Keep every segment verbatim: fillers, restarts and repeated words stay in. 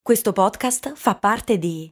Questo podcast fa parte di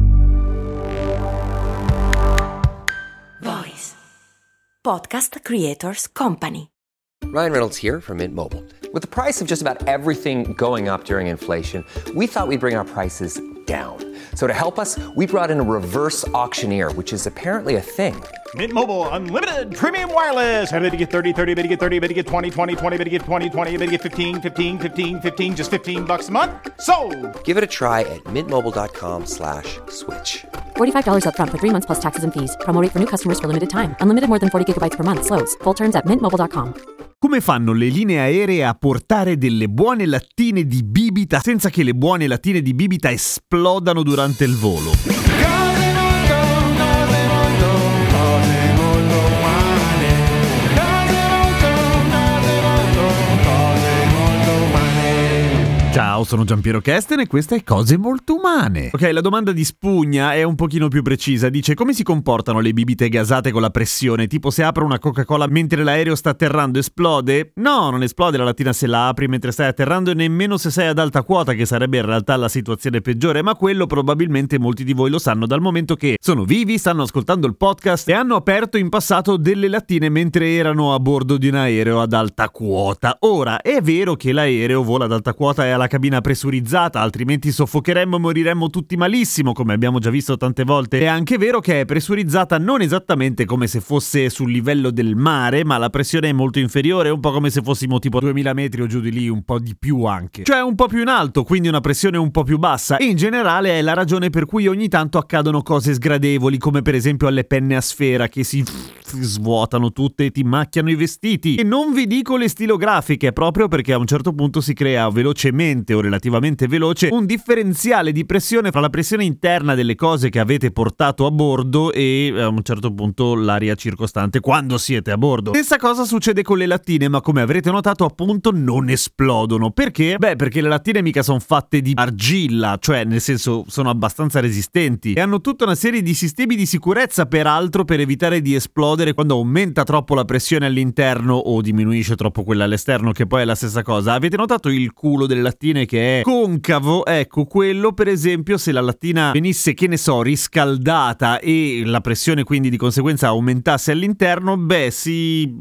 Voice Podcast Creators Company. Ryan Reynolds here from Mint Mobile. With the price of just about everything going up during inflation, we thought we'd bring our prices down. So to help us, we brought in a reverse auctioneer, which is apparently a thing. Mint Mobile Unlimited Premium Wireless. How to get thirty, thirty, how to get thirty, how to get twenty, twenty, twenty, how to get twenty, twenty, how to get fifteen, fifteen, fifteen, fifteen, just fifteen bucks a month? Sold! Give it a try at mintmobile.com slash switch. forty-five dollars up front for three months plus taxes and fees. Promo rate for new customers for limited time. Unlimited more than forty gigabytes per month. Slows full terms at mint mobile dot com. Come fanno le linee aeree a portare delle buone lattine di bibita senza che le buone lattine di bibita esplodano durante il volo? Ciao, sono Giampiero Kesten e questa è Cose Molto Umane. Ok, la domanda di Spugna è un pochino più precisa. Dice: come si comportano le bibite gasate con la pressione? Tipo, se apro una Coca-Cola mentre l'aereo sta atterrando, esplode? No, non esplode la lattina se la apri mentre stai atterrando e nemmeno se sei ad alta quota, che sarebbe in realtà la situazione peggiore. Ma quello probabilmente molti di voi lo sanno dal momento che sono vivi, stanno ascoltando il podcast e hanno aperto in passato delle lattine mentre erano a bordo di un aereo ad alta quota. Ora, è vero che l'aereo vola ad alta quota e alla cabina pressurizzata, altrimenti soffocheremmo e moriremmo tutti malissimo, come abbiamo già visto tante volte. È anche vero che è pressurizzata non esattamente come se fosse sul livello del mare, ma la pressione è molto inferiore, un po' come se fossimo tipo duemila metri o giù di lì, un po' di più anche. Cioè un po' più in alto, quindi una pressione un po' più bassa, e in generale è la ragione per cui ogni tanto accadono cose sgradevoli, come per esempio alle penne a sfera che si svuotano tutte e ti macchiano i vestiti. E non vi dico le stilografiche, proprio perché a un certo punto si crea velocemente o relativamente veloce un differenziale di pressione fra la pressione interna delle cose che avete portato a bordo e a un certo punto l'aria circostante quando siete a bordo. Stessa cosa succede con le lattine, ma come avrete notato appunto non esplodono. Perché? Beh, perché le lattine mica sono fatte di argilla, cioè nel senso sono abbastanza resistenti e hanno tutta una serie di sistemi di sicurezza peraltro per evitare di esplodere quando aumenta troppo la pressione all'interno o diminuisce troppo quella all'esterno, che poi è la stessa cosa. Avete notato il culo delle lattine che è concavo? Ecco, quello per esempio, se la lattina venisse, che ne so, riscaldata e la pressione quindi di conseguenza aumentasse all'interno, beh, si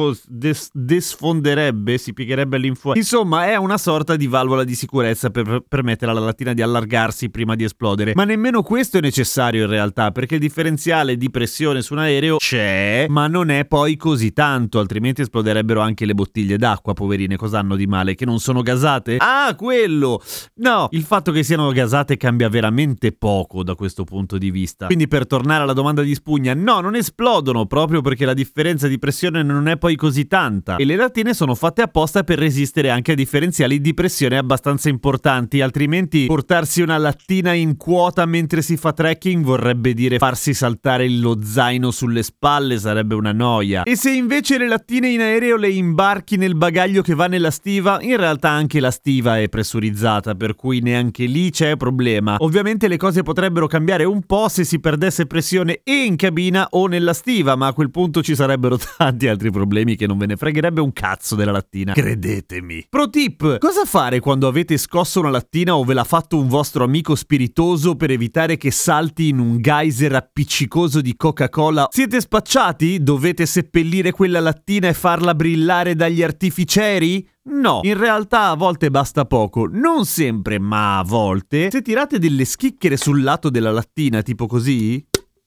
des- desfonderebbe, si piegherebbe all'infuori. Insomma, è una sorta di valvola di sicurezza per permettere alla lattina di allargarsi prima di esplodere. Ma nemmeno questo è necessario in realtà, perché il differenziale di pressione su un aereo c'è, ma non è poi così tanto, altrimenti esploderebbero anche le bottiglie d'acqua, poverine. Cosa hanno di male? Che non sono gasate? Ah, quello! No, il fatto che siano gasate cambia veramente poco da questo punto di vista. Quindi, per tornare alla domanda di Spugna, no, non esplodono proprio perché la differenza di pressione non è poi così tanta e le lattine sono fatte apposta per resistere anche a differenziali di pressione abbastanza importanti, altrimenti portarsi una lattina in quota mentre si fa trekking vorrebbe dire farsi saltare lo zaino sulle spalle, sarebbe una noia. E se invece le lattine in aereo le imbarchi nel bagaglio che va nella stiva, in realtà anche la stiva è pressurizzata, per cui neanche lì c'è problema. Ovviamente le cose potrebbero cambiare un po' se si perdesse pressione e in cabina o nella stiva, ma a quel punto ci sarebbero tanti altri problemi che non ve ne fregherebbe un cazzo della lattina, credetemi. Pro tip: cosa fare quando avete scosso una lattina o ve l'ha fatto un vostro amico spiritoso per evitare che salti in un geyser appiccicoso di Coca-Cola? Siete spacciati? Dovete seppellire quella lattina e farla brillare dagli artificieri? No, in realtà a volte basta poco, non sempre, ma a volte. Se tirate delle schicchere sul lato della lattina, tipo così,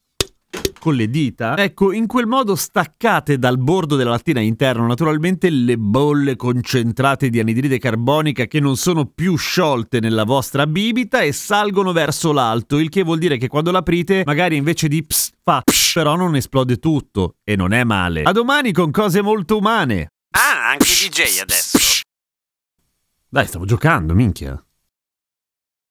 con le dita, ecco, in quel modo staccate dal bordo della lattina interno naturalmente le bolle concentrate di anidride carbonica che non sono più sciolte nella vostra bibita e salgono verso l'alto, il che vuol dire che quando l'aprite magari invece di ps fa psh, però non esplode tutto e non è male. A domani con Cose Molto Umane. Ah, anche D J adesso. Dai, stavo giocando, minchia.